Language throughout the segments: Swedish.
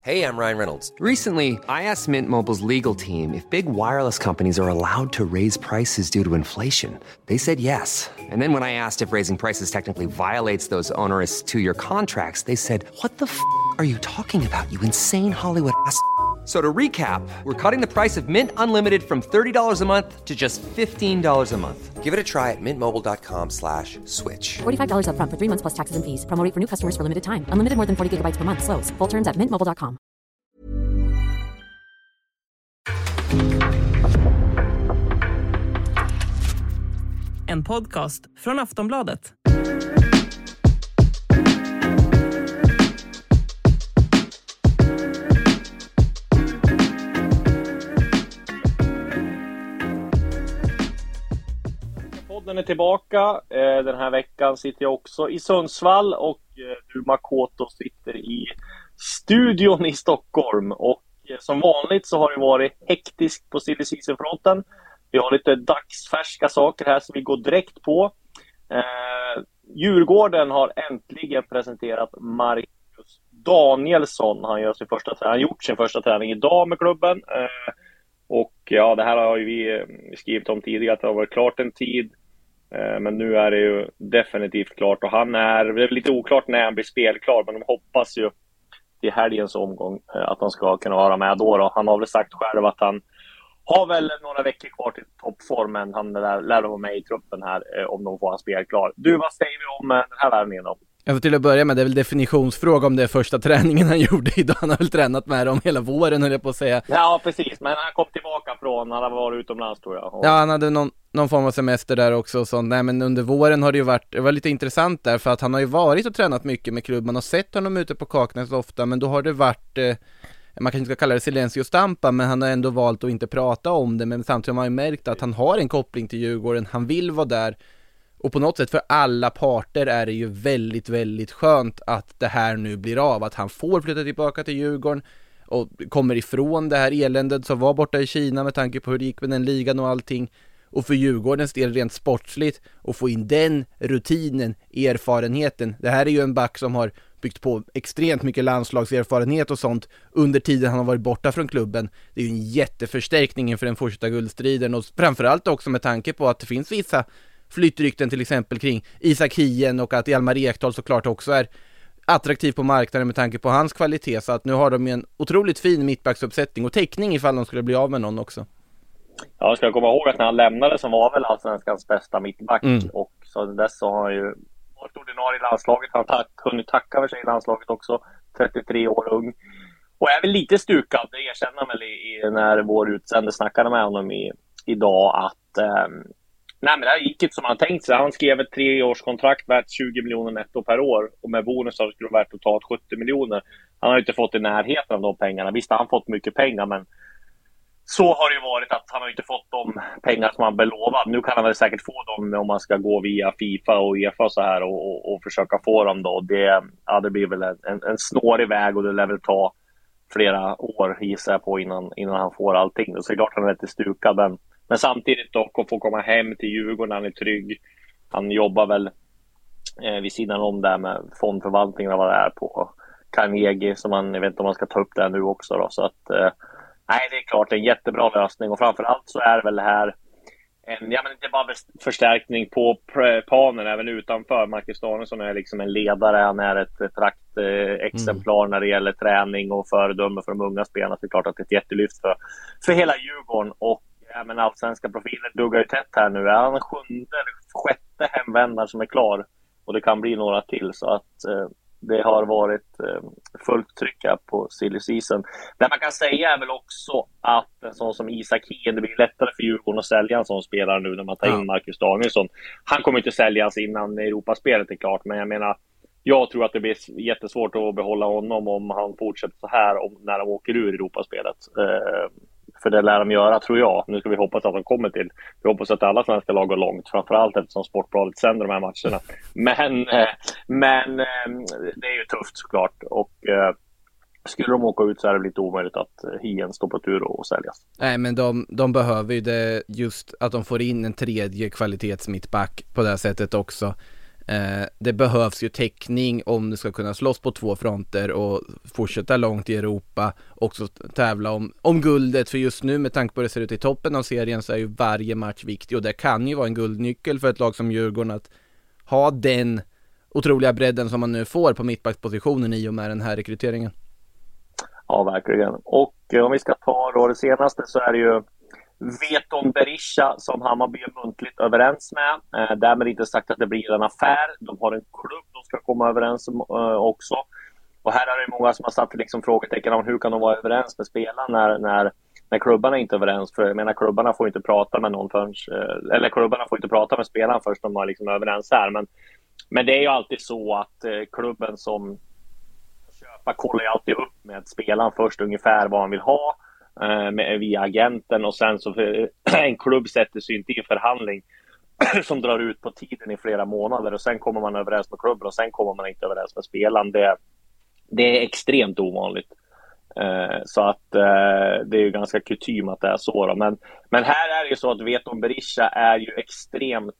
Hey, I'm Ryan Reynolds. Recently, I asked Mint Mobile's legal team if big wireless companies are allowed to raise prices due to inflation. They said yes. And then when I asked if raising prices technically violates those onerous two-year contracts, they said, "What the f*** are you talking about, you insane Hollywood ass?" So to recap, we're cutting the price of Mint Unlimited from $30 a month to just $15 a month. Give it a try at mintmobile.com/switch. $45 up front for 3 months plus taxes and fees. Promo rate for new customers for limited time. Unlimited more than 40 gigabytes per month. Slows full terms at mintmobile.com. En podcast från Aftonbladet. Podden är tillbaka. Den här veckan sitter jag också i Sundsvall och du Makoto sitter i studion i Stockholm. Och som vanligt så har det varit hektiskt på silly season-fronten. Vi har lite dagsfärska saker här som vi går direkt på. Djurgården har äntligen presenterat Marcus Danielsson. Han har gjort sin första träning idag med klubben. Och ja, det här har ju vi skrivit om tidigare att det har varit klart en tid. Men nu är det ju definitivt klart och det är lite oklart när han blir spelklar, men de hoppas ju till helgens omgång att han ska kunna vara med då. Han har väl sagt själv att han har väl några veckor kvar till toppformen. Han lär vara med i truppen här om de får han spelklar. Du, vad säger vi om den här värvningen då? Jag till att börja med, det är väl definitionsfråga om det är första träningen han gjorde idag. Han har väl tränat med dem hela våren, höll jag på att säga. Ja, precis. Men han kom tillbaka han hade varit utomlands, tror jag. Ja, han hade någon form av semester där också. Så, nej, men under våren har det var lite intressant där, för att han har ju varit och tränat mycket med klubban och sett honom ute på Kaknäs ofta, men då har det varit... man kan inte kalla det silencio stampa, men han har ändå valt att inte prata om det. Men samtidigt har man ju märkt att han har en koppling till Djurgården. Han vill vara där. Och på något sätt för alla parter är det ju väldigt, väldigt skönt att det här nu blir av. Att han får flytta tillbaka till Djurgården och kommer ifrån det här eländet som var borta i Kina med tanke på hur det gick med den ligan och allting. Och för Djurgårdens del rent sportsligt och få in den rutinen, erfarenheten. Det här är ju en back som har byggt på extremt mycket landslagserfarenhet och sånt under tiden han har varit borta från klubben. Det är ju en jätteförstärkning inför den första guldstriden, och framförallt också med tanke på att det finns vissa flyttrykten till exempel kring Isak Hien och att Hjalmar Ekdal såklart också är attraktiv på marknaden med tanke på hans kvalitet. Så att nu har de en otroligt fin mittbacksuppsättning och täckning ifall de skulle bli av med någon också. Ja, jag ska komma ihåg att när han lämnade så var väl allsvenskans bästa mittback. Och så dess så har han ju varit ordinarie i landslaget. Han kunde tacka för sig i landslaget också. 33 år ung. Och är väl lite stukad, det erkänner väl när vår utsände snackade med honom idag att nej, men det här gick inte som han tänkt sig. Han skrev ett 3-årskontrakt värt 20 miljoner netto per år. Och med bonusar skulle det värt totalt 70 miljoner. Han har ju inte fått i närheten av de pengarna. Visst, han har fått mycket pengar, men så har det ju varit att han har inte fått de pengar som han belovad. Nu kan han väl säkert få dem om man ska gå via FIFA och UEFA och så här och försöka få dem då. Det blir väl en snårig väg, och det lär väl ta flera år gissar jag på innan han får allting. Så det är klart han är lite stukad, men samtidigt dock att få komma hem till Djurgården, han är trygg. Han jobbar väl vid sidan om där med fondförvaltningen vad det är på Carnegie, som jag vet inte om man ska ta upp det nu också då. Så att nej, det är klart en jättebra lösning, och framförallt så är det väl det här inte bara förstärkning på planen, även utanför. Marcus Danielsson är liksom en ledare, han är ett praktexemplar när det gäller träning och föredöme för de unga spelarna. Det är klart att det är ett jättelyft för hela Djurgården, och allsvenska profiler duggar ju tätt här nu. Är han 7:e eller 6:e hemvändare som är klar, och det kan bli några till, så att det har varit fullt tryck på silly season. Det man kan säga är väl också att en sån som Isak Hien, det blir lättare för Djurgården att sälja en sån spelare nu när man tar in Marcus Danielsson. Han kommer inte säljas innan Europaspelet är klart, men jag menar, jag tror att det blir jättesvårt att behålla honom om han fortsätter så här när de åker ur Europaspelet. För det lär de göra, tror jag. Nu ska vi hoppas att de kommer till. Vi hoppas att alla svenska lag går långt. Framförallt eftersom Sportbladet sänder de här matcherna. Men det är ju tufft såklart. Och skulle de åka ut så är det lite omöjligt att Hien står på tur och säljas. Nej, men de behöver ju det, just att de får in en tredje kvalitetsmittback på det här sättet också. Det behövs ju täckning om du ska kunna slåss på 2 fronter och fortsätta långt i Europa, också tävla om guldet, för just nu med tanke på det ser ut i toppen av serien så är ju varje match viktig, och det kan ju vara en guldnyckel för ett lag som Djurgården att ha den otroliga bredden som man nu får på mittbackspositionen i och med den här rekryteringen. Ja, verkligen. Och om vi ska ta då det senaste så är det ju Veton Berisha som Hammarby är muntligt överens med. Därmed inte sagt att det blir en affär. De har en klubb de ska komma överens om också. Och här är det många som har satt liksom frågetecken om hur kan de vara överens med spelarna när klubbarna inte är överens. För jag menar, klubbarna får inte prata med någon förrän, eller klubbarna får inte prata med spelarna först de är liksom överens här. Men det är ju alltid så att klubben som köpa kollar ju alltid upp med spelaren först ungefär vad han vill ha via agenten, och sen så en klubb sätter sig inte i en förhandling som drar ut på tiden i flera månader, och sen kommer man överens med klubben och sen kommer man inte överens med spelaren. Det är extremt ovanligt. Så att det är ju ganska kutym att det är så då. Men här är det ju så att Veton Berisha är ju extremt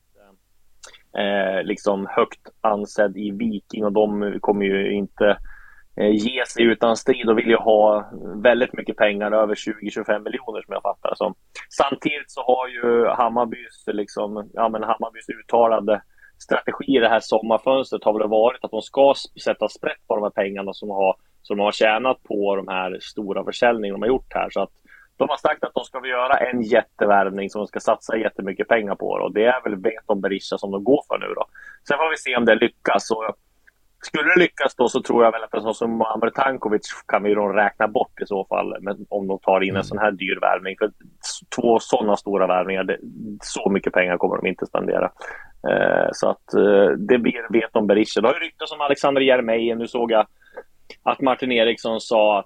liksom högt ansedd i Viking, och de kommer ju inte ge sig utan strid och vill ju ha väldigt mycket pengar, över 20-25 miljoner som jag fattar som. Samtidigt så har ju Hammarbys Hammarbys uttalade strategi i det här sommarfönstret har väl varit att de ska sätta sprätt på de här pengarna som de har tjänat på de här stora försäljningarna de har gjort här. Så att de har sagt att de ska göra en jättevärvning som de ska satsa jättemycket pengar på, och det är väl Veton Berisha som de går för nu då. Sen får vi se om det lyckas, och skulle det lyckas då så tror jag väl att en sån som Amir Tankovic kan vi då räkna bort i så fall, men om de tar in en sån här dyr värvning. För 2 sådana stora värvningar, så mycket pengar kommer de inte spendera. Så att det blir Veton Berisha. Det har ju ryktats om Alexander Jeremejeff. Nu såg jag att Martin Eriksson sa att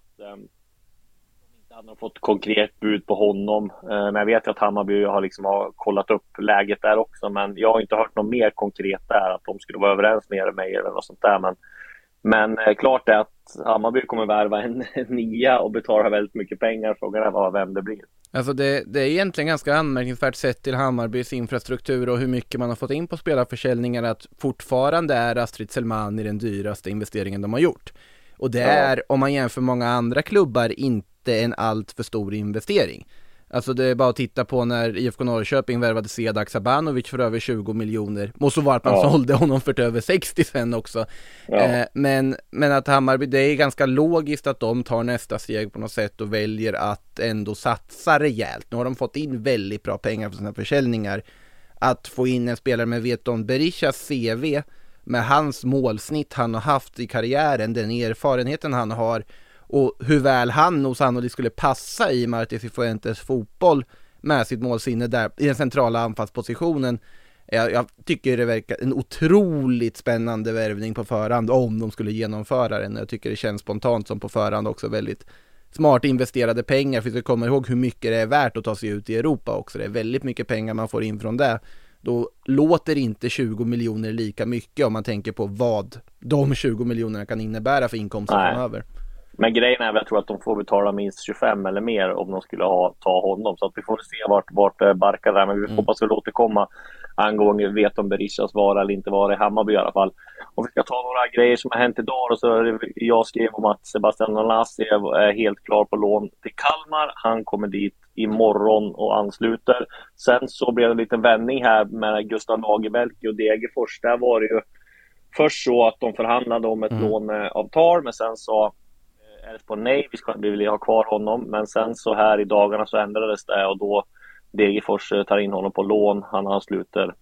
de hade fått konkret bud på honom. Men jag vet att Hammarby har kollat upp läget där också. Men jag har inte hört något mer konkret där, att de skulle vara överens med Jeremejeff eller något sånt där. Men klart är att Hammarby kommer värva en nia och betala väldigt mycket pengar. Frågan är vem det blir. Alltså det är egentligen ganska anmärkningsvärt sett till Hammarbys infrastruktur och hur mycket man har fått in på spelarförsäljningar, att fortfarande är Astrid Selmani den dyraste investeringen de har gjort. Och det är, om man jämför många andra klubbar, inte en allt för stor investering. Alltså det är bara att titta på när IFK Norrköping värvade Sedak Sabanovic för över 20 miljoner. Måste vara att man sålde honom för över 60 sen också. Ja. Men att Hammarby, det är ganska logiskt att de tar nästa steg på något sätt och väljer att ändå satsa rejält. Nu har de fått in väldigt bra pengar för sina försäljningar. Att få in en spelare med Veton Berishas CV, med hans målsnitt han har haft i karriären, den erfarenheten han har, och hur väl han och sannolikt skulle passa i Martin Cifuentes fotboll med sitt målsinne där i den centrala anfallspositionen. Jag tycker det verkar en otroligt spännande värvning på förhand om de skulle genomföra den. Jag tycker det känns spontant som på förhand också väldigt smart investerade pengar, för att komma ihåg hur mycket det är värt att ta sig ut i Europa också. Det är väldigt mycket pengar man får in från det. Då låter inte 20 miljoner lika mycket om man tänker på vad de 20 miljonerna kan innebära för inkomster framöver. Men grejen är väl, jag tror att de får betala minst 25 eller mer om de skulle ta honom. Så att vi får se vart det barkar där. Men vi hoppas väl återkomma angående Veton Berishas vara eller inte vara i Hammarby i alla fall. Och vi ska ta några grejer som har hänt idag. Och så jag skrev om att Sebastian Nanasi är helt klar på lån till Kalmar. Han kommer dit imorgon och ansluter. Sen så blev det en liten vändning här med Gustav Lagerbielke och Degerfors. Där var det ju först så att de förhandlade om ett låneavtal, men sen så är det på nej, vi vill ha kvar honom. Men sen så här i dagarna så ändrades det, och då Degerfors tar in honom på lån. Han ansluter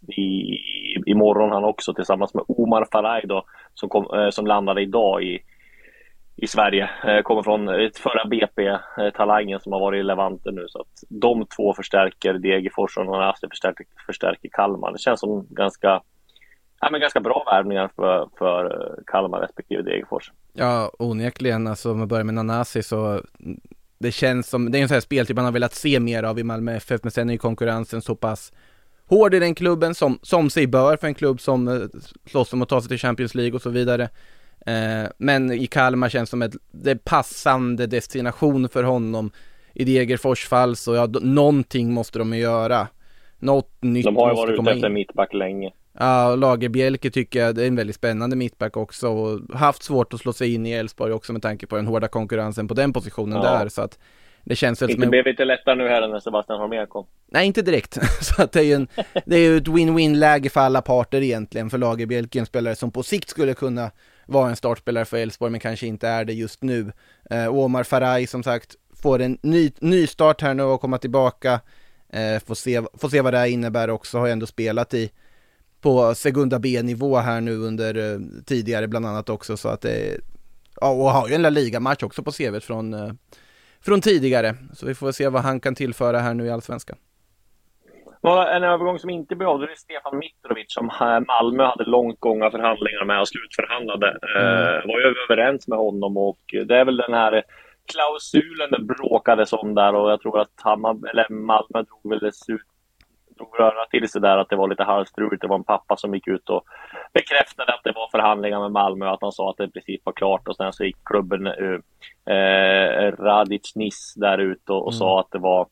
imorgon han också, tillsammans med Omar Faraj då, som landade idag i Sverige. Kommer från förra BP-talangen som har varit i Levante nu. Så att de två förstärker Degerfors och Nanasi förstärker Kalmar. Det känns som ganska bra värvningar för Kalmar respektive Degerfors. Ja, onekligen. Alltså om man börjar med Nanasi så det känns som, det är en sån här speltyp man har velat se mer av i Malmö FF, men sen är ju konkurrensen så pass hård i den klubben som sig bör för en klubb som slåss om att ta sig till Champions League och så vidare. Men i Kalmar känns som det passande destination för honom. I Degerfors fall så någonting måste de göra. Något nytt. De har ju varit ute efter mittback länge. Ja, Lagerbielke tycker jag är en väldigt spännande mittback också och haft svårt att slå sig in i Elfsborg också med tanke på den hårda konkurrensen på den positionen där, så att det känns väl inte blev lite lättare nu här när Sebastian Holmér kom. Nej, inte direkt. Så att det är ju ett win-win-läge för alla parter egentligen, för Lagerbielke, en spelare som på sikt skulle kunna vara en startspelare för Elfsborg men kanske inte är det just nu. Omar Faraj som sagt får en ny start här nu och komma tillbaka. Får se vad det här innebär också. Har ändå spelat på Segunda B-nivå här nu under tidigare bland annat också, så att det, ja, och har ju en La Liga-match också på CV:t från tidigare, så vi får se vad han kan tillföra här nu i Allsvenskan. En övergång som inte blev av, det är Stefan Mitrovic som Malmö hade långt gångna förhandlingar med och slutförhandlade. Var ju överens med honom, och det är väl den här klausulen det bråkades om där, och jag tror att Malmö drog röra till sig där, att det var lite halvstruligt. Det var en pappa som gick ut och bekräftade att det var förhandlingar med Malmö, att han sa att det i princip var klart, och sen så gick klubben Radic Nis där ut och sa att det var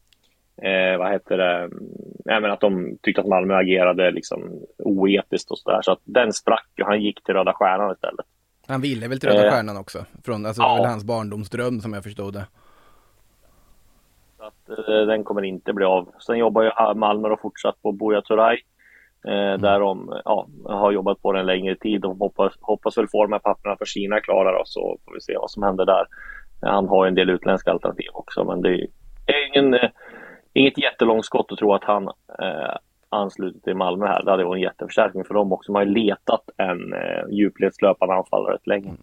att de tyckte att Malmö agerade liksom oetiskt och sådär, så att den sprack och han gick till Röda Stjärnan istället. Han ville väl till Röda Stjärnan också, det var väl hans barndomsdröm som jag förstod det. Så att den kommer inte bli av. Sen jobbar ju Malmö och fortsatt på Buya Turay, där de har jobbat på den längre tid. De hoppas väl få de här papperna för Kina klara då, så får vi se vad som händer där. Han har ju en del utländska alternativ också, men det är inget jättelångt skott att tro att han ansluter till Malmö här. Det hade varit en jätteförstärkning för dem också. Man har ju letat en djupledslöpande anfallare rätt länge.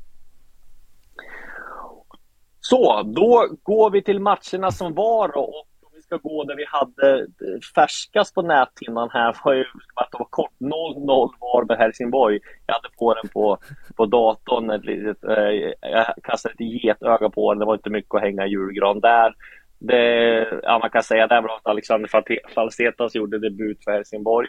Så, då går vi till matcherna som var, och om vi ska gå där vi hade färskast på näthinnan här var ju att det var kort 0-0 Varberg Helsingborg. Jag hade på den på datorn, jag kastade ett getöga på den, det var inte mycket att hänga julgran där. Man kan säga där var att Alexander Falsetas gjorde debut för Helsingborg.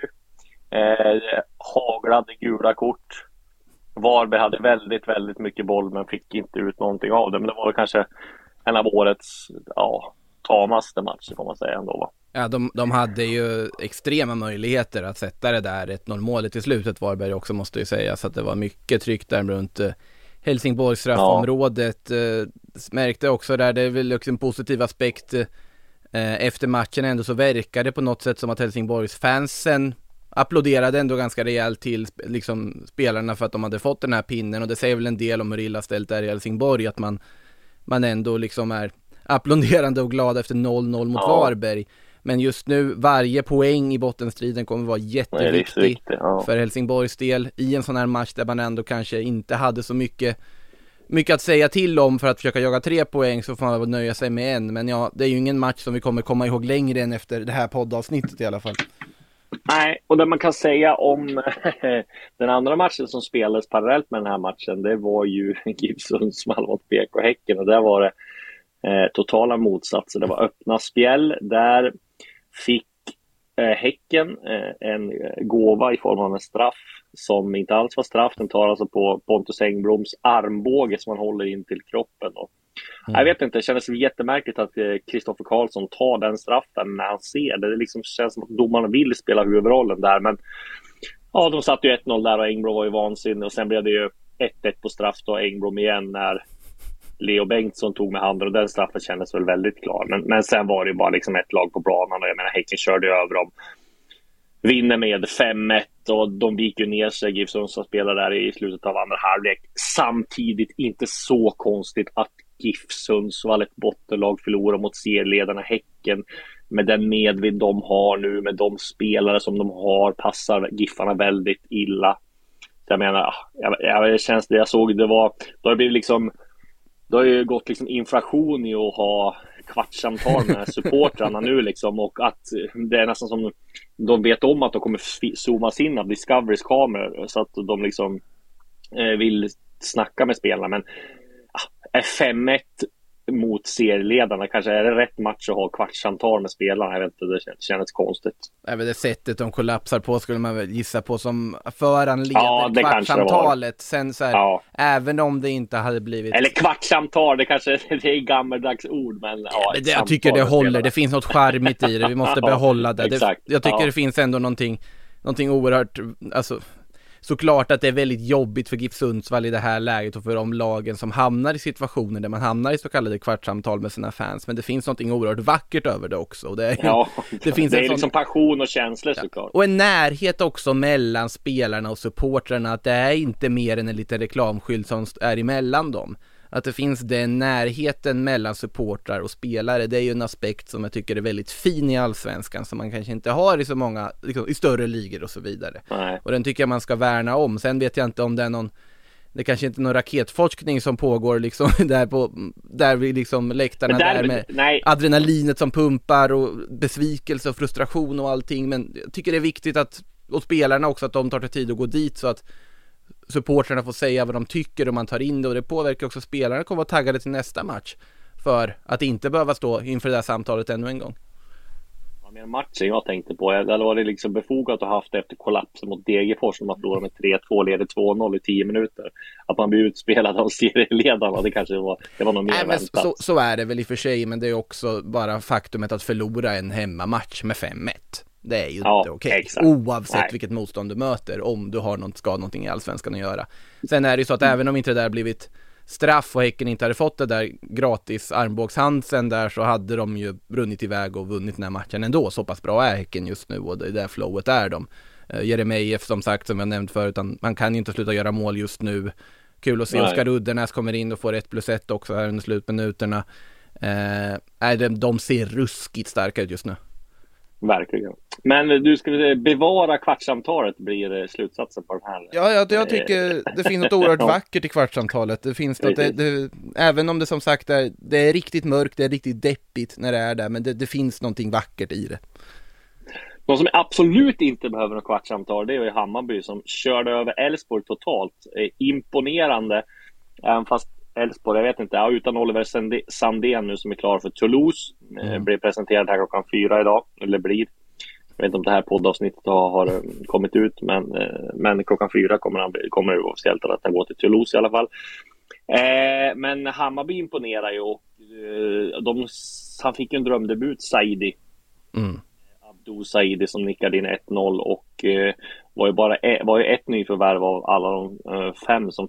Haglade gula kort. Varberg hade väldigt, väldigt mycket boll men fick inte ut någonting av det. Men det var kanske en av årets tamaste matcher får man säga ändå, va? Ja, de hade ju extrema möjligheter att sätta det där 1-0-målet i slutet, Varberg också, måste ju säga. Så att det var mycket tryck där runt Helsingborgs straffområdet. Märkte också där, det är väl också en positiv aspekt efter matchen ändå, så verkar det på något sätt som att Helsingborgs fansen applåderade ändå ganska rejält till liksom spelarna för att de hade fått den här pinnen, och det säger väl en del om hur illa ställt är i Helsingborg, att man ändå liksom är applåderande och glad efter 0-0 mot Varberg. Men just nu, varje poäng i bottenstriden kommer vara jätteviktig för Helsingborgs del i en sån här match där man ändå kanske inte hade så mycket att säga till om för att försöka jaga 3 poäng, så får man väl nöja sig med en. Men ja, det är ju ingen match som vi kommer komma ihåg längre än efter det här poddavsnittet i alla fall. Nej, och det man kan säga om den andra matchen som spelades parallellt med den här matchen, det var ju GIF Sundsvall mot BK Häcken, och där var det totala motsatser. Det var öppna spjäll. Där fick Häcken en gåva i form av en straff som inte alls var straff. Den tar alltså på Pontus Engbloms armbåge som man håller in till kroppen. Jag vet inte, det kändes jättemärkligt att Kristoffer Karlsson tar den straffen när han ser det. Det liksom känns som att domarna vill spela huvudrollen där. Men ja, de satt ju 1-0 där och Engblom var ju vansinnig. Och sen blev det ju 1-1 på straff då, Engblom igen när Leo Bengtsson tog med handen, och den straffen kändes väl väldigt klar. Men sen var det ju bara liksom ett lag på planen, och jag menar Häcken körde över dem. Vinner med 5-1 och de gick ju ner sig, GIF Sundsvall spelade där i slutet av andra halvlek. Samtidigt inte så konstigt att GIF Sundsvall, ett bottenlag, förlorar mot serieledarna Häcken. Med den medvind de har nu, med de spelare som de har, passar Giffarna väldigt illa. Så jag menar, jag känns det jag såg, det var, då har det blivit liksom, det har ju gått liksom inflation i att ha kvartssamtal med supportrarna nu liksom, och att det är nästan som de vet om att de kommer zoomas in av Discoverys kameror, så att de liksom vill snacka med spelarna. Men är 5-1 mot serieledarna, kanske är det rätt match att ha kvartssamtal med spelarna. Jag vet inte, det känns konstigt. Även det sättet de kollapsar på skulle man väl gissa på som föranleder kvartssamtalet. Sen så här, även om det inte hade blivit... Eller kvartssamtal, det kanske det är gammaldags ord, men jag tycker det håller. Det finns något charmigt i det. Vi måste behålla det. Jag tycker det finns ändå någonting någonting oerhört, alltså såklart att det är väldigt jobbigt för GIF Sundsvall i det här läget och för de lagen som hamnar i situationer där man hamnar i så kallade kvartssamtal med sina fans, men det finns någonting oerhört vackert över det också. Och det är, det finns det är liksom passion och känslor såklart. Och en närhet också mellan spelarna och supportrarna, att det är inte mer än en liten reklamskylt som är emellan dem. Att det finns den närheten mellan supportrar och spelare, det är ju en aspekt som jag tycker är väldigt fin i Allsvenskan, som man kanske inte har i så många, liksom, i större ligor och så vidare. Nej. Och den tycker jag man ska värna om. Sen vet jag inte om det är någon, det kanske inte är någon raketforskning som pågår liksom där vi liksom läktarna där med adrenalinet som pumpar och besvikelse och frustration och allting, men jag tycker det är viktigt att, och spelarna också, att de tar sig tid att gå dit så att supportrarna får säga vad de tycker och man tar in det, och det påverkar också spelarna att komma taggade till nästa match för att inte behöva stå inför det där samtalet ännu en gång. Ja, men matchen jag tänkte på, det var det liksom befogat att ha haft efter kollapsen mot Degerfors när man förlorar med 3-2, leder 2-0 i 10 minuter. Att man blir utspelad av serieledarna, det kanske var något mer väntat. Så är det väl i och för sig, men det är också bara faktumet att förlora en hemmamatch med 5-1. Det är ju inte okej. Oavsett vilket motstånd du möter, om du har någonting i Allsvenskan att göra. Sen är det ju så att även om inte det där blivit straff och Häcken inte hade fått det där gratis armbågshandsen där, så hade de ju runnit iväg och vunnit den här matchen ändå. Så pass bra är Häcken just nu, och det där flowet är de. Jeremejeff som sagt, som jag nämnt förut, man kan ju inte sluta göra mål just nu. Kul att se Oskar Uddenäs kommer in och får 1+1 också här under slutminuterna. De ser ruskigt starka ut just nu. Verkligen. Men du skulle bevara kvartssamtalet, blir slutsatsen på den här. Ja, jag tycker det finns något oerhört vackert i kvartssamtalet. Det finns något, även om det som sagt det är riktigt mörkt, det är riktigt deppigt när det är där, men det finns någonting vackert i det. De som absolut inte behöver något kvartssamtal, det är ju Hammarby som körde över Elfsborg totalt. Imponerande, även fast Elfsborg, jag vet inte, utan Oliver Sandén nu som är klar för Toulouse. Blir presenterad här klockan 4 idag, eller blir. Jag vet inte om det här poddavsnittet har kommit ut, men klockan 4 kommer det officiellt att han går till Toulouse i alla fall. Men Hammarby imponerar ju, och han fick en drömdebut, Saidi. Abdou Saidi som nickade in 1-0 och var ju ett nyförvärv av alla de 5 som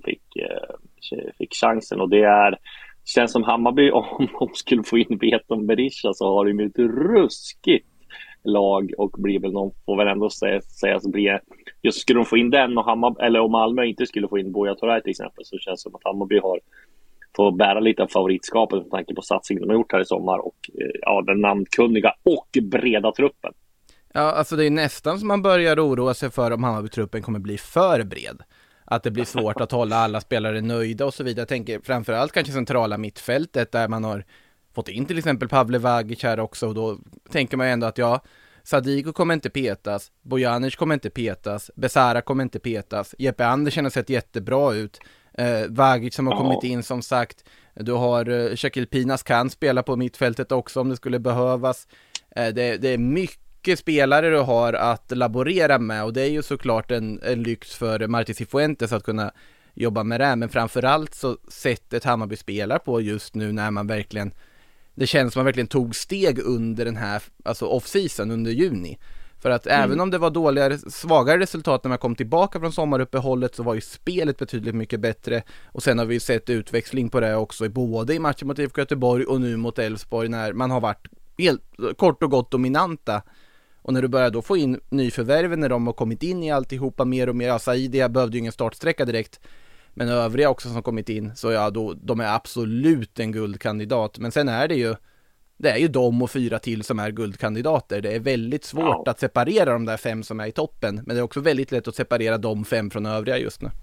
fick chansen, och det känns som Hammarby, om de skulle få in Beton Berisha, så har de ju ett ruskigt lag, och blir väl någon, får väl ändå sägas bli, just skulle de få in den, och eller om Malmö inte skulle få in Buya Turay till exempel, så känns det som att Hammarby får bära lite av favoritskapet med tanke på satsningen de har gjort här i sommar, och den namnkunniga och breda truppen. Ja, alltså det är nästan som man börjar oroa sig för om Hammarby-truppen kommer bli för bred. Att det blir svårt att hålla alla spelare nöjda och så vidare. Jag tänker framförallt kanske centrala mittfältet, där man har fått in till exempel Pavle Vagic här också, och då tänker man ändå att Sadiko kommer inte petas, Bojanic kommer inte petas, Besara kommer inte petas, Jeppe Andersen har sett jättebra ut, Vagic som har kommit in som sagt, du har Shakil Pinas kan spela på mittfältet också om det skulle behövas. Det är mycket spelare du har att laborera med, och det är ju såklart en lyx för Martin Cifuentes att kunna jobba med det, men framförallt så sättet Hammarby spelar på just nu, när man verkligen, det känns som man verkligen tog steg under den här, alltså off-season under juni, för att även om det var svagare resultat när man kom tillbaka från sommaruppehållet, så var ju spelet betydligt mycket bättre, och sen har vi sett utväxling på det också, både i matchen mot IFK Göteborg och nu mot Elfsborg, när man har varit helt kort och gott dominanta. Och när du börjar då få in nyförvärven, när de har kommit in i alltihopa mer och mer, Saidi behövde ju ingen startsträcka direkt, men övriga också som kommit in, så då, de är absolut en guldkandidat. Men sen är det är ju de och 4 till som är guldkandidater. Det är väldigt svårt att separera de där 5 som är i toppen, men det är också väldigt lätt att separera de 5 från övriga just nu.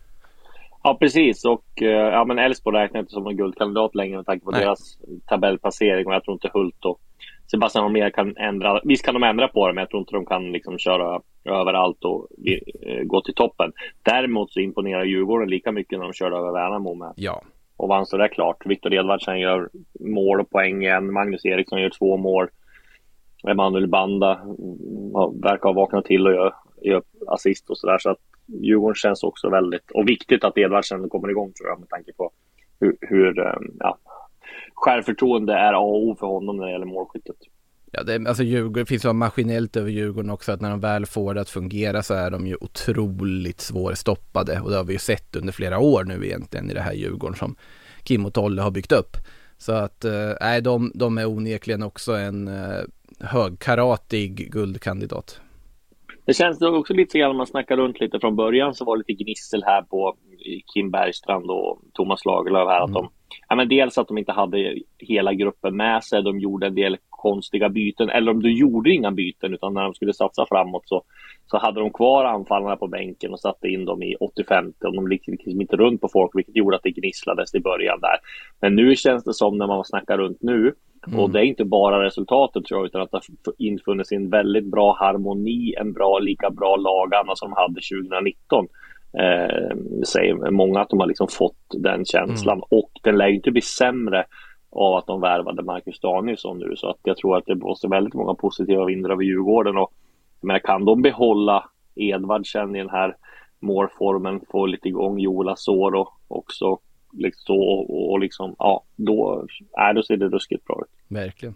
Ja, precis. Och men Elfsborg räknar inte som en guldkandidat längre med tanke på deras tabellplacering, och jag tror inte Hult och Sebastian Holmér kan ändra. Visst kan de ändra på det, men jag tror inte de kan liksom köra överallt och gå till toppen. Däremot så imponerar Djurgården lika mycket när de körde över Värnamo med. Ja. Och vann så där klart. Viktor Edvardsen gör mål och poäng igen. Magnus Eriksson gör 2 mål. Emanuel Banda verkar ha vaknat till och gör assist och sådär. Så att Djurgården känns också väldigt, och viktigt att Edvardsen kommer igång, tror jag, med tanke på hur självförtroende är A och O för honom när det gäller målskyttet. Ja, alltså Djurgården finns ju maskinellt över Djurgården också, att när de väl får det att fungera så är de ju otroligt svårstoppade, och det har vi ju sett under flera år nu egentligen i det här Djurgården som Kim och Tolle har byggt upp. Så att de är onekligen också en högkaratig guldkandidat. Det känns också lite grann, när man snackar runt lite från början, så var det lite gnissel här på Kim Bergstrand och Thomas Lagerlöf här, att men dels att de inte hade hela gruppen med sig, de gjorde en del konstiga byten, eller om de gjorde inga byten, utan när de skulle satsa framåt så hade de kvar anfallarna på bänken och satte in dem i 85, och de gick liksom inte runt på folk, vilket gjorde att det gnisslades i början där. Men nu känns det som, när man snackar runt nu, och det är inte bara resultatet tror jag, utan att det har infunnits en väldigt bra harmoni, en lika bra laganda som de hade 2019. Säger många att de har liksom fått den känslan, och den lär inte bli sämre av att de värvade Marcus Danielsson nu, så att jag tror att det blåser väldigt många positiva vindar över Djurgården. Och men kan de behålla Edvardsen i den här målformen, få lite igång Joel Asoro också liksom, och liksom, ja, då ser det ruskigt bra ut. Verkligen.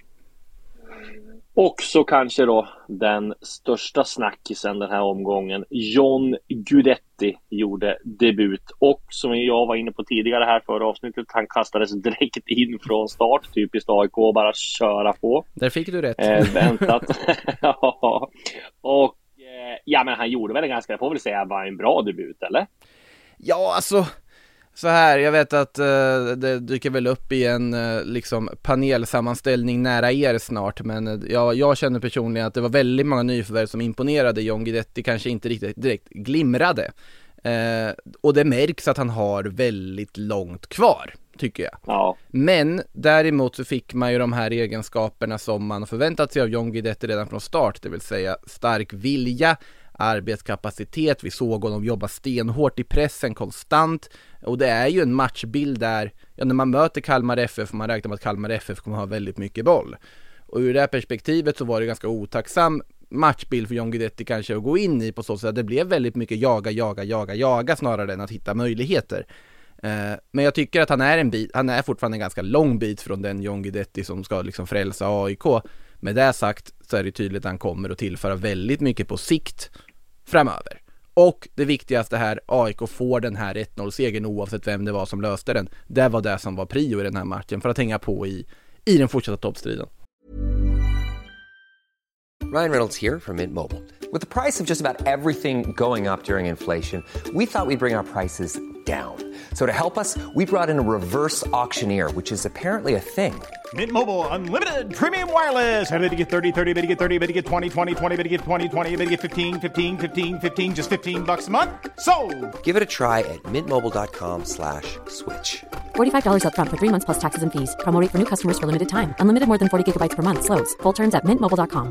Och så kanske då den största snackisen den här omgången, John Guidetti gjorde debut, och som jag var inne på tidigare här förra avsnittet, han kastades direkt in från start, typiskt AIK, bara köra på. Där fick du rätt. Väntat. Ja. Och ja, men han gjorde väl jag får väl säga, var en bra debut, eller? Ja, alltså så här, jag vet att det dyker väl upp i en liksom panelsammanställning nära er snart, men jag känner personligen att det var väldigt många nyförvärv som imponerade. John Guidetti kanske inte riktigt direkt glimrade, och det märks att han har väldigt långt kvar, tycker jag. Ja. Men däremot så fick man ju de här egenskaperna som man förväntat sig av John Guidetti redan från start, det vill säga stark vilja, arbetskapacitet. Vi såg honom jobba stenhårt i pressen konstant, och det är ju en matchbild där, när man möter Kalmar FF, man räknar med att Kalmar FF kommer ha väldigt mycket boll, och ur det här perspektivet så var det ganska otacksam matchbild för John Guidetti kanske att gå in i, på så sätt att det blev väldigt mycket jaga snarare än att hitta möjligheter. Men jag tycker att han är fortfarande en ganska lång bit från den John Guidetti som ska liksom frälsa AIK. Med det sagt så är det tydligt att han kommer att tillföra väldigt mycket på sikt framöver. Och det viktigaste här, AIK får den här 1-0-segern oavsett vem det var som löste den. Det var det som var prio i den här matchen för att hänga på i den fortsatta toppstriden. Ryan Reynolds here from Mint Mobile. With the price of just about everything going up during inflation, we thought we'd bring our prices down. So to help us, we brought in a reverse auctioneer, which is apparently a thing. Mint Mobile Unlimited Premium Wireless. How to get 30, 30, bit to get 30, bit to get 20, 20, 20, bit to get 20, 20, bit to get 15, 15, 15, 15, just $15 a month? Sold! Give it a try at mintmobile.com/switch. $45 up front for 3 months plus taxes and fees. Promo rate for new customers for limited time. Unlimited more than 40 gigabytes per month. Slows full terms at mintmobile.com.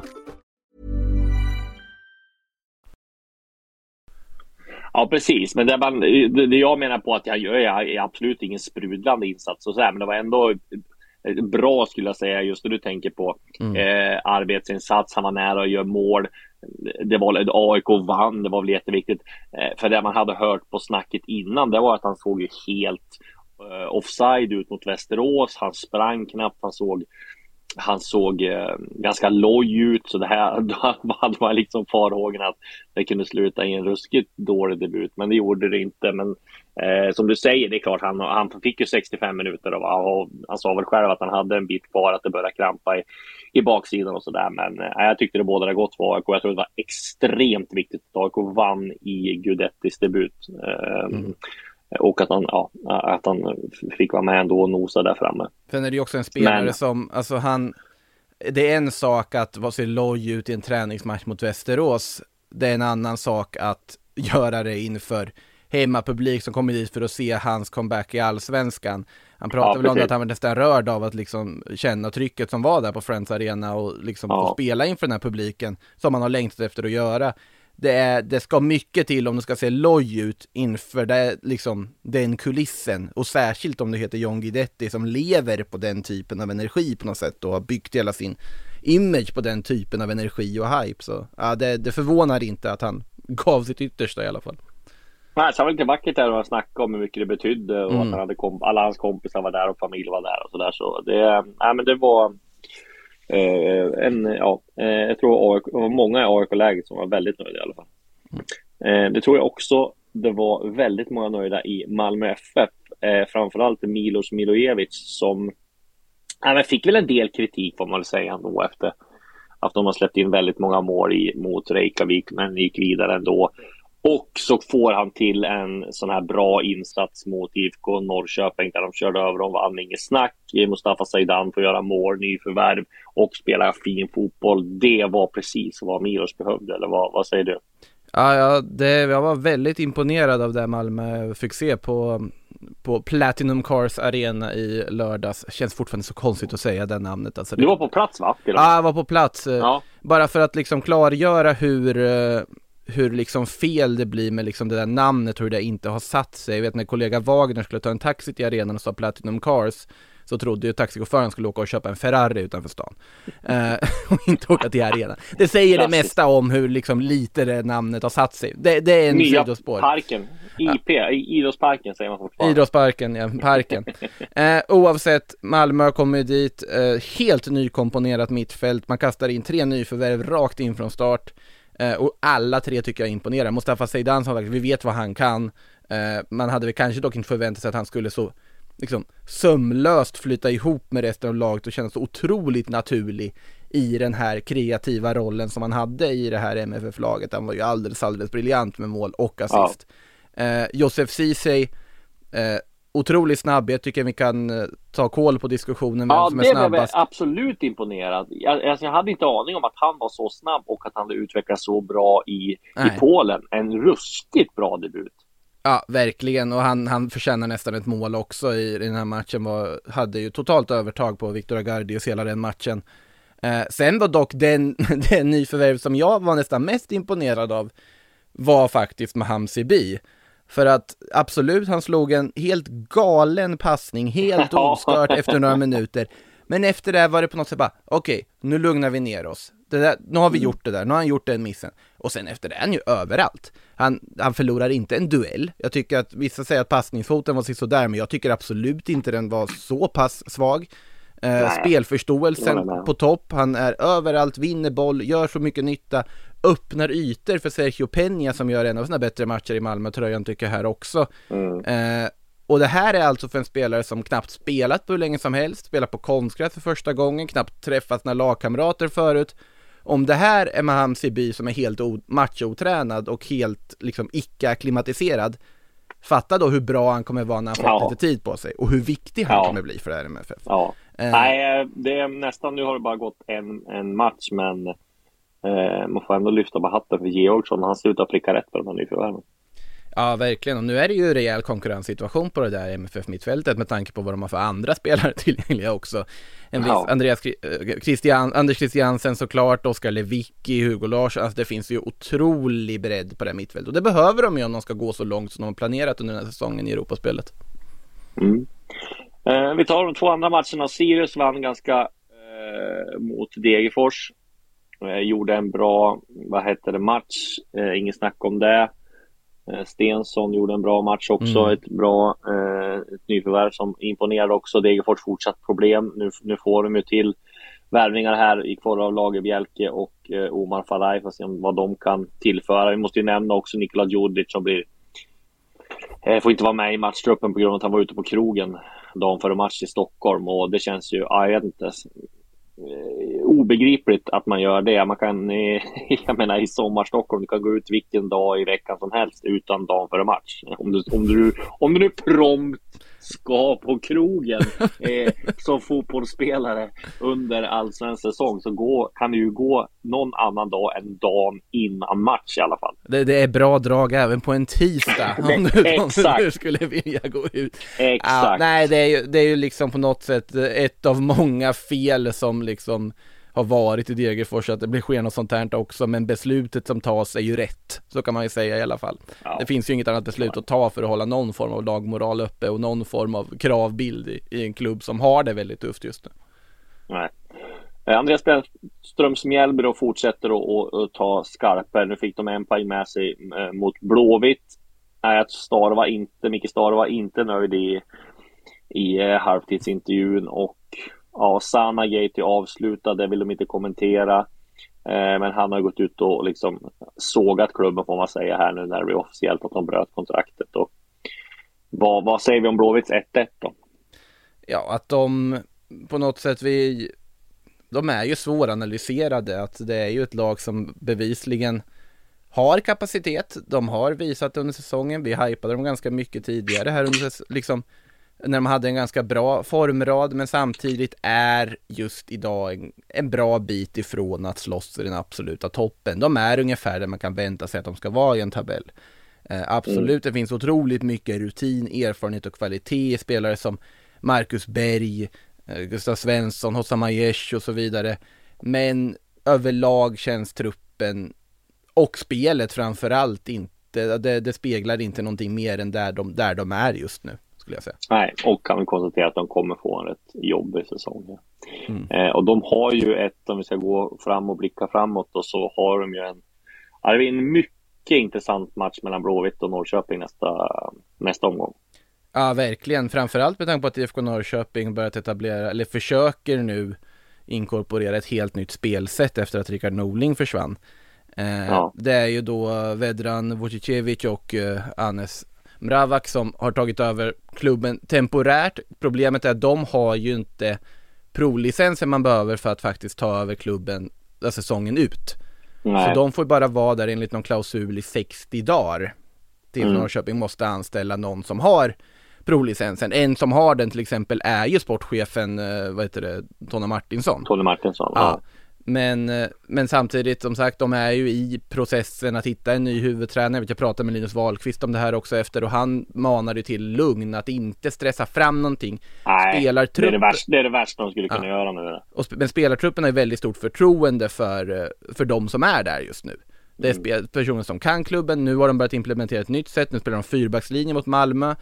Ja, precis. Men det jag menar på att jag gör är absolut ingen sprudlande insats och så här, men det var ändå bra, skulle jag säga, just det du tänker på. Arbetsinsats, han var nära att göra mål. Det var AIK vann, det var väl jätteviktigt. För det man hade hört på snacket innan, det var att han såg ju helt offside ut mot Västerås. Han sprang knappt, han såg ganska loj ut, så det här då hade man liksom farhågen att det kunde sluta i en ruskigt dålig debut, men det gjorde det inte. Men som du säger, det är klart, han fick ju 65 minuter och han sa väl själv att han hade en bit kvar, att det började krampa i baksidan och sådär, men jag tyckte det båda hade gått för AIK. Jag tror det var extremt viktigt att AIK vann i Guidettis debut. Och att han fick vara med ändå och nosa där framme. Sen är det ju också en spelare som, alltså det är en sak att vara så loj ut i en träningsmatch mot Västerås. Det är en annan sak att göra det inför hemmapublik som kommer dit för att se hans comeback i Allsvenskan. Han pratade väl om att han var nästan rörd av att liksom känna trycket som var där på Friends Arena och liksom få spela inför den här publiken som han har längtat efter att göra. Det ska mycket till om det ska se loj ut inför det, liksom, den kulissen, och särskilt om det heter John Guidetti som lever på den typen av energi på något sätt och har byggt hela sin image på den typen av energi och hype. Så ja, det förvånar inte att han gav sitt yttersta i alla fall. Nej, så var det lite vackert där att snacka om hur mycket det betydde och att alla hans kompisar var där och familj var där och sådär. Så det var Jag tror AIK, många i AIK-läget som var väldigt nöjda i alla fall. Det tror jag också. Det var väldigt många nöjda i Malmö FF. Framförallt Milos Milojevic som fick väl en del kritik får man väl säga ändå efter att de har släppt in väldigt många mål mot Reykjavik, men gick vidare ändå. Och så får han till en sån här bra insats mot IFK Norrköping där de körde över dem, vann inget snack. Mustafa Zaidan får göra mål, nyförvärv och spela fin fotboll. Det var precis vad Milos behövde, eller vad säger du? Jag var väldigt imponerad av det Malmö fick se på Platinum Cars Arena i lördags. Känns fortfarande så konstigt att säga det namnet. Alltså, du var på plats va? Ja, jag var på plats. Ja. Bara för att liksom klargöra hur liksom fel det blir med liksom det där namnet, hur det inte har satt sig. Jag vet när kollega Wagner skulle ta en taxi till arenan och sa Platinum Cars, så trodde ju taxichauffören skulle åka och köpa en Ferrari utanför stan och inte åka till arenan. Det säger det mesta om hur liksom lite det namnet har satt sig. Det är en sidospår. Parken, IP, Idrottsparken säger man fortfarande. Idrottsparken, ja, parken. Oavsett, Malmö kommer dit, helt nykomponerat mittfält. Man kastar in 3 nyförvärv rakt in från start. Och alla 3 tycker jag imponerar. Mustafa Zaidan som sagt, vi vet vad han kan. Man hade väl kanske dock inte förväntat sig att han skulle så liksom sömlöst flytta ihop med resten av laget och känna så otroligt naturlig i den här kreativa rollen som han hade i det här MFF-laget. Han var ju alldeles briljant med mål och assist. Josef Ceesay, otroligt snabb. Jag tycker vi kan ta koll på diskussionen vem som är snabbast. Jag var absolut imponerad. Jag hade inte aning om att han var så snabb och att han hade utvecklats så bra i Polen. En ruskigt bra debut. Ja, verkligen. Och han förtjänar nästan ett mål också i den här matchen. Hade ju totalt övertag på Viktor Agardius hela den matchen. Sen var dock den nyförvärv som jag var nästan mest imponerad av var faktiskt Maham Sibi. För att absolut, han slog en helt galen passning, helt ostört efter några minuter. Men efter det var det på något sätt bara, okej, nu lugnar vi ner oss. Nu har vi gjort det där, nu har han gjort den missen. Och sen efter det är han ju överallt. Han förlorar inte en duell. Jag tycker att vissa säger att passningsfoten var så där, men jag tycker absolut inte den var så pass svag. Spelförståelsen på topp, han är överallt, vinner boll, gör så mycket nytta, öppnar ytor för Sergio Peña som gör en av sina bättre matcher i Malmö, tror jag tycker här också. Och det här är alltså för en spelare som knappt spelat på hur länge som helst, spelat på konstgräs för första gången, knappt träffat sina lagkamrater förut. Om det här är Maham Sibi som är helt matchotränad och helt liksom icke-akklimatiserad, fatta då hur bra han kommer vara när han fått lite tid på sig och hur viktig han kommer bli för det här MFF. Nej, det är nästan, nu har det bara gått en match, men man får ändå lyfta på hatten för Georgsson. Han slutar pricka rätt på de här nyförvärven. Ja, verkligen. Och nu är det ju en rejäl konkurrenssituation på det där MFF-mittfältet med tanke på vad de har för andra spelare tillgängliga också. En viss Anders Christiansen såklart, Oskar Lewicki, Hugo Larsson. Alltså det finns ju otrolig bredd på det mittfältet. Och det behöver de ju om de ska gå så långt som de har planerat under den här säsongen i Europaspelet. Vi tar de 2 andra matcherna. Sirius vann ganska mot Degerfors. Gjorde en bra match. Ingen snack om det. Stensson gjorde en bra match också. Ett nyförvärv som imponerade också. Degerfors fortsatt problem. Nu får de ju till värvningar här i kvar av Lagerbjälke och Omar Faraj för att se vad de kan tillföra. Vi måste ju nämna också Nikola Djurdjic som får inte vara med i matchtruppen på grund av att han var ute på krogen dagen före match i Stockholm, och det känns ju, jag vet inte, obegripligt att man gör det. Man kan, jag menar, i sommar Stockholm, du kan gå ut vilken dag i veckan som helst utan dagen före match. Om du nu prompt ska på krogen som fotbollsspelare under allsvensk säsong, så kan du ju gå någon annan dag än dagen innan match i alla fall. Det är bra drag även på en tisdag om du skulle vilja gå ut. Exakt. Nej, det är ju liksom på något sätt ett av många fel som liksom har varit i Degerfors, att det blir sker något sånt här också, men beslutet som tas är ju rätt, så kan man ju säga i alla fall. Ja. Det finns ju inget annat beslut att ta för att hålla någon form av lagmoral uppe och någon form av kravbild i en klubb som har det väldigt tufft just nu. Nej. Andreas Brännströms Mjällby då fortsätter att ta skarper. Nu fick de en poäng med sig mot Blåvitt. Micke Starr var inte nöjd i halvtidsintervjun, och Ja, Sana Gate är avslutad, det vill de inte kommentera. Men han har gått ut och liksom sågat klubben, får man säga, här nu när det blir officiellt att de bröt kontraktet. Och vad säger vi om Blåvitts 1-1 då? Ja, att de på något sätt, de är ju svåranalyserade. Att det är ju ett lag som bevisligen har kapacitet. De har visat under säsongen. Vi hypade dem ganska mycket tidigare här under, liksom, när de hade en ganska bra formrad, men samtidigt är just idag en bra bit ifrån att slåss i den absoluta toppen. De är ungefär där man kan vänta sig att de ska vara i en tabell. Absolut, det finns otroligt mycket rutin, erfarenhet och kvalitet i spelare som Marcus Berg, Gustav Svensson, Hossam Aiesh och så vidare. Men överlag känns truppen och spelet framförallt inte, det speglar inte någonting mer än där de är just nu, skulle jag säga. Nej, och kan vi konstatera att de kommer få en rätt jobbig säsong. Och de har ju om vi ska gå fram och blicka framåt, och så har de ju en mycket intressant match mellan Blåvitt och Norrköping nästa omgång. Ja, verkligen. Framförallt med tanke på att IFK Norrköping börjat etablera, eller försöker nu inkorporera ett helt nytt spelsätt efter att Rickard Norling försvann. Det är ju då Vedran Vucicevic och Anes Mravak som har tagit över klubben temporärt. Problemet är att de har ju inte provlicensen man behöver för att faktiskt ta över klubben säsongen ut. Nej. Så de får bara vara där enligt någon klausul i 60 dagar. Till Norrköping måste anställa någon som har provlicensen. En som har den till exempel är ju sportchefen, Tony Martinsson. Ja. Men samtidigt, som sagt, de är ju i processen att hitta en ny huvudtränare. Jag pratade med Linus Wahlqvist om det här också efter, och han manade ju till lugn, att inte stressa fram någonting. Nej, det är det värsta de skulle kunna göra nu. Men spelartruppen har ju väldigt stort förtroende för de som är där just nu. Det är personer som kan klubben. Nu har de börjat implementera ett nytt sätt. Nu spelar de fyrbackslinje mot Malmö.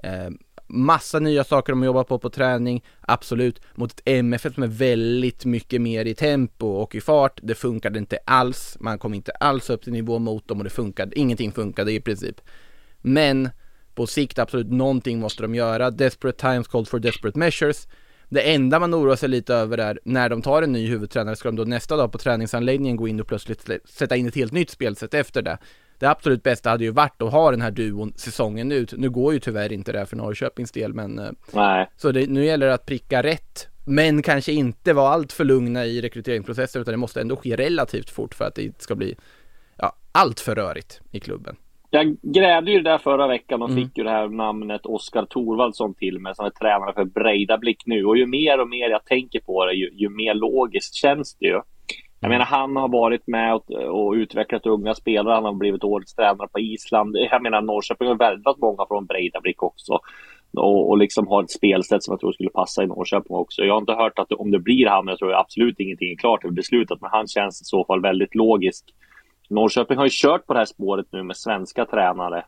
Massa nya saker de jobbar på träning. Absolut. Mot ett MFF som är väldigt mycket mer i tempo och i fart. Det funkade inte alls. Man kom inte alls upp till nivå mot dem, och ingenting funkade i princip. Men på sikt absolut någonting måste de göra. Desperate times called for desperate measures. Det enda man oroar sig lite över är när de tar en ny huvudtränare, ska de då nästa dag på träningsanläggningen gå in och plötsligt sätta in ett helt nytt spelsätt efter det. Det absolut bästa hade ju varit att ha den här duon säsongen ut. Nu går ju tyvärr inte det för Norrköpings del, men nej. Så nu gäller det att pricka rätt, men kanske inte vara allt för lugna i rekryteringsprocessen, utan det måste ändå ske relativt fort för att det inte ska bli allt för rörigt i klubben. Jag grävde ju det där förra veckan och fick ju det här namnet Oskar Thorvaldsson till mig, som är tränare för Breidablick nu. Och ju mer och mer jag tänker på det, ju mer logiskt känns det ju. Jag menar, han har varit med och utvecklat unga spelare. Han har blivit årets tränare på Island. Jag menar, Norrköping har värvat många från Breidablick också. Och liksom har ett spelsätt som jag tror skulle passa i Norrköping också. Jag har inte hört att om det blir han, jag tror absolut ingenting är klart eller beslutat. Men han känns i så fall väldigt logisk. Norrköping har ju kört på det här spåret nu med svenska tränare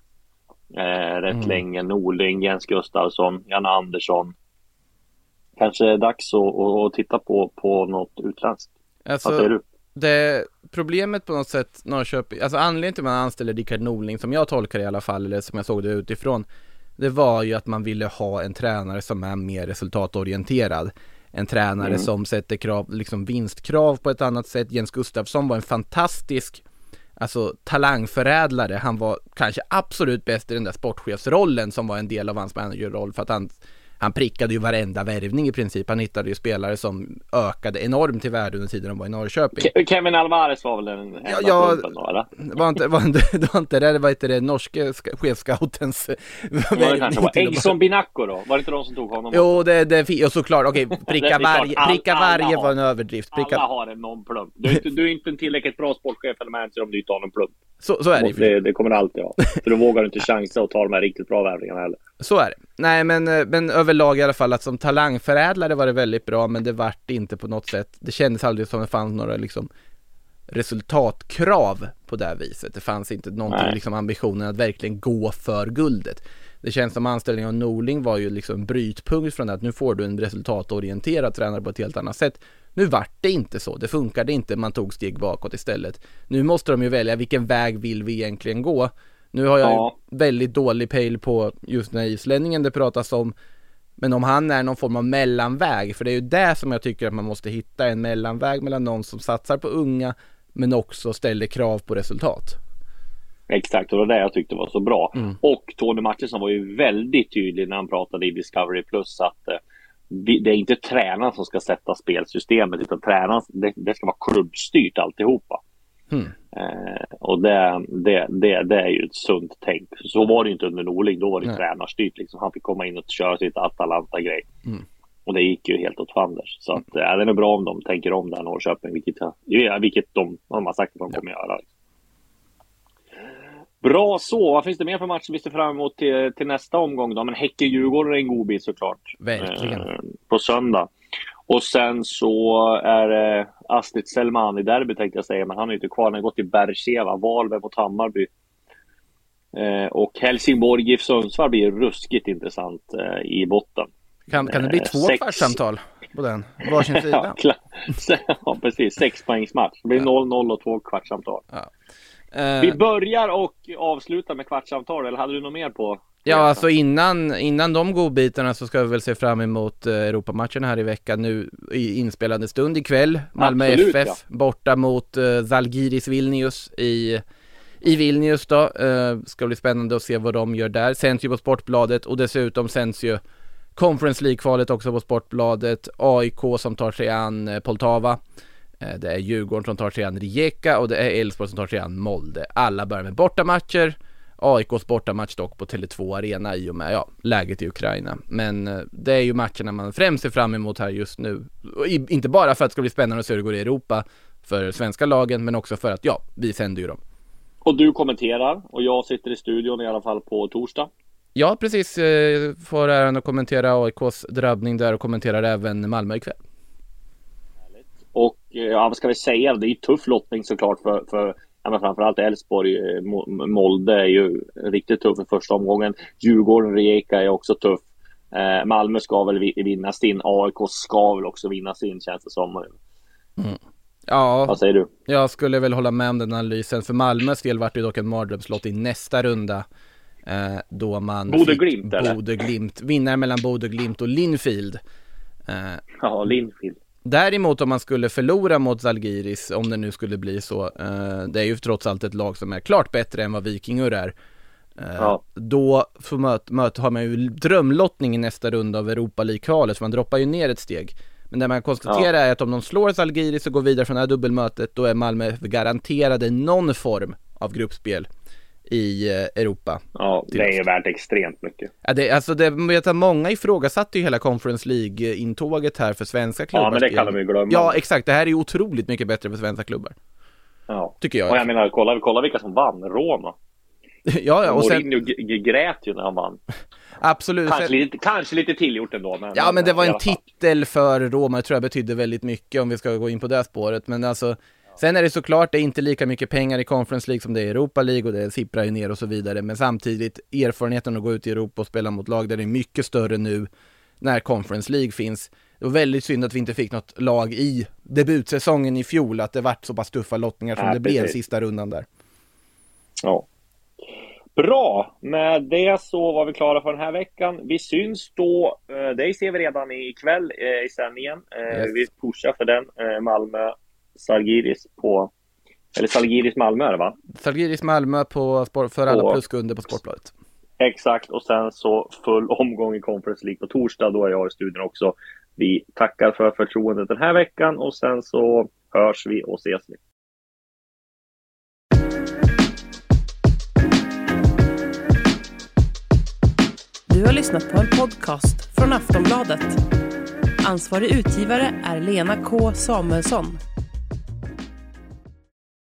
rätt länge. Norling, Jens Gustafsson, Janne Andersson. Kanske är dags att titta på något utländskt. Alltså, vad säger du? Det problemet på något sätt Norrköping, alltså anledningen till att man anställer Rickard Norling, som jag tolkar i alla fall, eller som jag såg det utifrån, det var ju att man ville ha en tränare som är mer resultatorienterad. En tränare som sätter krav, liksom vinstkrav på ett annat sätt. Jens Gustafsson var en fantastisk talangförädlare. Han var kanske absolut bäst i den där sportchefsrollen som var en del av hans managerroll, för att han prickade ju varenda värvning i princip. Han hittade ju spelare som ökade enormt i värde under tiden de var i Norrköping. Kevin Alvarez var väl en plumpen då, eller? Var inte det norske chefscoutens det kanske var Eggson Binacco då? Var det inte de som tog honom? Jo, och såklart. Okej, pricka varje var en överdrift. Alla har en någon plump. Du är inte en tillräckligt bra sportchef eller manager om du inte har någon plump. Så är det. Det kommer det alltid ha. För då vågar du inte chansa och ta de här riktigt bra värvningarna heller. Så är det. Nej, men överlag i alla fall, att som talangförädlare var det väldigt bra, men det vart inte på något sätt. Det kändes aldrig som det fanns några liksom resultatkrav på det här viset. Det fanns inte någonting liksom ambitionen att verkligen gå för guldet. Det känns som anställningen av Norling var ju liksom en brytpunkt från att nu får du en resultatorienterad tränare på ett helt annat sätt. Nu vart det inte så, det funkade inte, man tog steg bakåt istället. Nu måste de ju välja, vilken väg vill vi egentligen gå? Nu har jag väldigt dålig pejl på just den här islänningen det pratas om. Men om han är någon form av mellanväg, för det är ju det som jag tycker att man måste hitta, en mellanväg mellan någon som satsar på unga men också ställer krav på resultat. Exakt, och det var det jag tyckte var så bra. Och Tony Martinsson var ju väldigt tydlig när han pratade i Discovery Plus att det är inte tränaren som ska sätta spelsystemet, utan tränaren, det ska vara klubbstyrt alltihopa. Och det är ju ett sunt tänk. Så var det inte under Norling, då var det tränarstyrt liksom. Han fick komma in och köra sitt Atalanta-grej. Och det gick ju helt åt fanders. Så att, det är bra om de tänker om där Norrköping, vilket de har sagt att de kommer göra. Bra så, vad finns det mer för matcher vi ser fram emot till nästa omgång då? Men Häcken-Djurgården är en god bit såklart. Verkligen. På söndag. Och sen så är det Astrid Selman i derby tänkte jag säga, men han är ju inte kvar. Han har gått till Bergseva, Valberg mot Hammarby. Och Helsingborg, GIF Sundsvall blir ruskigt intressant i botten. Kan det bli 2 kvartssamtal på den? Varsin sida? Ja, precis. 6 poängsmatch. Det blir 0-0 och 2 kvartssamtal. Ja. Vi börjar och avslutar med kvartssamtal, eller hade du något mer på? Ja, alltså innan de godbitarna så ska vi väl se fram emot Europamatchen här i veckan nu i inspelande stund ikväll. Malmö Absolut, FF borta mot Zalgiris Vilnius i Vilnius då. Ska bli spännande att se vad de gör där. Sänds ju på Sportbladet och dessutom sänds ju Conference League-kvalet också på Sportbladet. AIK som tar sig an Poltava. Det är Djurgården som tar sig an Rijeka och det är Elfsborg som tar sig an Molde. Alla börjar med bortamatcher. AIKs bortamatch dock på Tele2 Arena i och med läget i Ukraina. Men det är ju matcherna man främst ser fram emot här just nu. Inte bara för att det ska bli spännande att se hur det går i Europa för svenska lagen, men också för att vi sänder ju dem. Och du kommenterar och jag sitter i studion i alla fall på torsdag. Ja, precis. Får äran att kommentera AIKs drabbning där och kommenterar även Malmö ikväll. Och vad ska vi säga? Det är ju tuff lottning såklart för framförallt Elfsborg. Molde är ju riktigt tuff i första omgången. Djurgården, Rijeka är också tuff. Malmö ska väl vinna sin. AIK ska väl också vinna sin, känns det som. Ja, vad säger du? Jag skulle väl hålla med om den analysen. För Malmös del vart det dock en mardrömslott i nästa runda. Då man Bodø/Glimt vinnare mellan Bodø/Glimt och Linfield. Ja, Linfield. Däremot om man skulle förlora mot Zalgiris, om det nu skulle bli så, det är ju trots allt ett lag som är klart bättre än vad Vikingur är. Då har man ju drömlottning i nästa runda av Europa League-kvalet, så man droppar ju ner ett steg. Men det man konstaterar är att om de slår Zalgiris och går vidare från det här dubbelmötet, då är Malmö garanterade någon form av gruppspel i Europa. Ja, det är ju värt extremt mycket. Ja, jag vet att många ifrågasatte ju hela Conference League-intåget här för svenska klubbar. Ja, men det kan de ju glömma. Ja, exakt. Det här är ju otroligt mycket bättre för svenska klubbar. Ja. Tycker jag. Och jag menar, kolla vilka som vann. Roma. Ja, och sen Mourinho grät ju när han vann. Absolut. Kanske lite tillgjort ändå. Men det var en titel för Roma. Jag tror jag betydde väldigt mycket om vi ska gå in på det spåret. Men alltså, sen är det såklart, det är inte lika mycket pengar i Conference League som det är i Europa League, och det sipprar ju ner och så vidare. Men samtidigt, erfarenheten att gå ut i Europa och spela mot lag där det är mycket större nu när Conference League finns. Det var väldigt synd att vi inte fick något lag i debutsäsongen i fjol, att det vart så pass tuffa lottningar som det blev sista rundan där. Ja. Bra, med det så var vi klara för den här veckan. Vi syns då, det ser vi redan ikväll i sändningen. Yes. Vi pushar för den, Malmö Zalgiris eller Zalgiris Malmö är det, va? Zalgiris Malmö för alla pluskunder på Sportbladet. Exakt, och sen så full omgång i Conference League på torsdag, då är jag i studion också. Vi tackar för förtroendet den här veckan och sen så hörs vi och ses vi. Du har lyssnat på en podcast från Aftonbladet. Ansvarig utgivare är Lena K. Samuelsson.